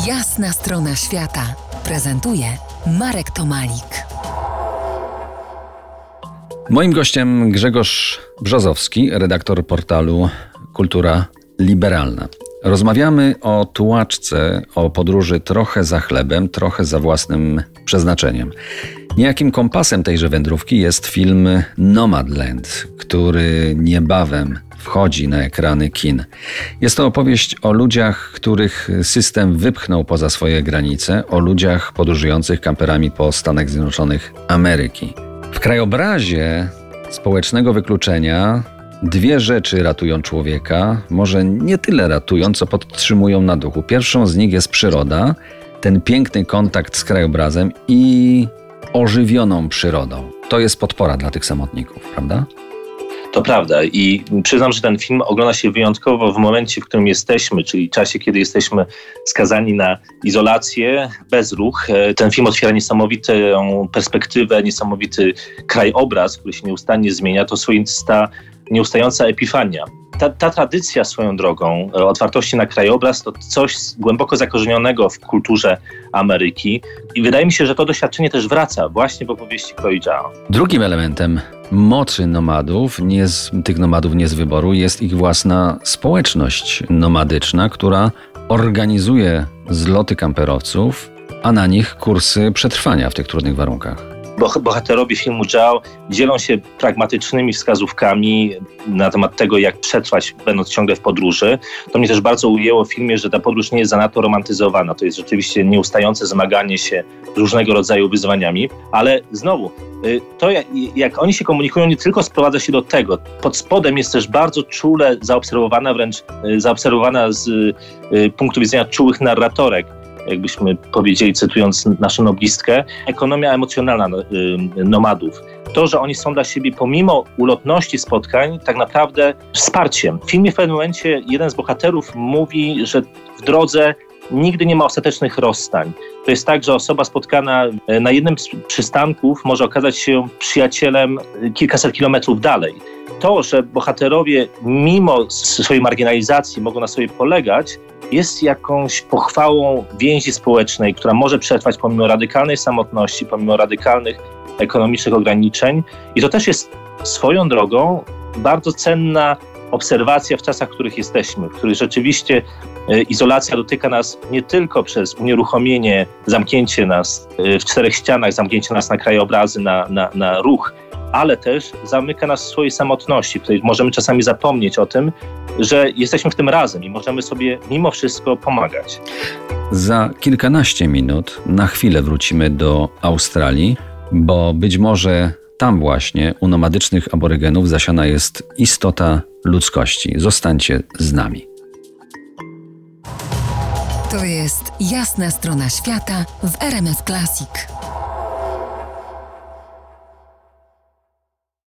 Jasna strona świata prezentuje Marek Tomalik. Moim gościem Grzegorz Brzozowski, redaktor portalu Kultura Liberalna. Rozmawiamy o tułaczce, o podróży trochę za chlebem, trochę za własnym przeznaczeniem. Niejakim kompasem tejże wędrówki jest film Nomadland, który niebawem wchodzi na ekrany kin. Jest to opowieść o ludziach, których system wypchnął poza swoje granice, o ludziach podróżujących kamperami po Stanach Zjednoczonych Ameryki. W krajobrazie społecznego wykluczenia dwie rzeczy ratują człowieka, może nie tyle ratują, co podtrzymują na duchu. Pierwszą z nich jest przyroda, ten piękny kontakt z krajobrazem i ożywioną przyrodą. To jest podpora dla tych samotników, prawda? To prawda i przyznam, że ten film ogląda się wyjątkowo w momencie, w którym jesteśmy, czyli czasie, kiedy jesteśmy skazani na izolację, bezruch. Ten film otwiera niesamowitą perspektywę, niesamowity krajobraz, który się nieustannie zmienia. To swoista nieustająca epifania. Ta tradycja swoją drogą, otwartości na krajobraz, to coś głęboko zakorzenionego w kulturze Ameryki i wydaje mi się, że to doświadczenie też wraca właśnie w opowieści Chloe Zhao. Drugim elementem mocy nomadów, tych nomadów nie z wyboru, jest ich własna społeczność nomadyczna, która organizuje zloty kamperowców, a na nich kursy przetrwania w tych trudnych warunkach. Bohaterowie filmu Zhao dzielą się pragmatycznymi wskazówkami na temat tego, jak przetrwać, będąc ciągle w podróży. To mnie też bardzo ujęło w filmie, że ta podróż nie jest zanadto romantyzowana. To jest rzeczywiście nieustające zmaganie się z różnego rodzaju wyzwaniami. Ale znowu, to jak oni się komunikują, nie tylko sprowadza się do tego. Pod spodem jest też bardzo czule zaobserwowana z punktu widzenia czułych narratorek, jakbyśmy powiedzieli, cytując naszą noblistkę, ekonomia emocjonalna nomadów. To, że oni są dla siebie, pomimo ulotności spotkań, tak naprawdę wsparciem. W filmie w pewnym momencie jeden z bohaterów mówi, że w drodze nigdy nie ma ostatecznych rozstań. To jest tak, że osoba spotkana na jednym z przystanków może okazać się przyjacielem kilkaset kilometrów dalej. To, że bohaterowie mimo swojej marginalizacji mogą na sobie polegać, jest jakąś pochwałą więzi społecznej, która może przetrwać pomimo radykalnej samotności, pomimo radykalnych ekonomicznych ograniczeń. I to też jest swoją drogą bardzo cenna obserwacja w czasach, w których jesteśmy, w których rzeczywiście izolacja dotyka nas nie tylko przez unieruchomienie, zamknięcie nas w czterech ścianach, zamknięcie nas na krajobrazy, na ruch, ale też zamyka nas w swojej samotności, w której możemy czasami zapomnieć o tym, że jesteśmy w tym razem i możemy sobie mimo wszystko pomagać. Za kilkanaście minut na chwilę wrócimy do Australii, bo być może tam właśnie u nomadycznych aborygenów zasiana jest istota ludzkości. Zostańcie z nami. To jest Jasna strona świata w RMF Classic.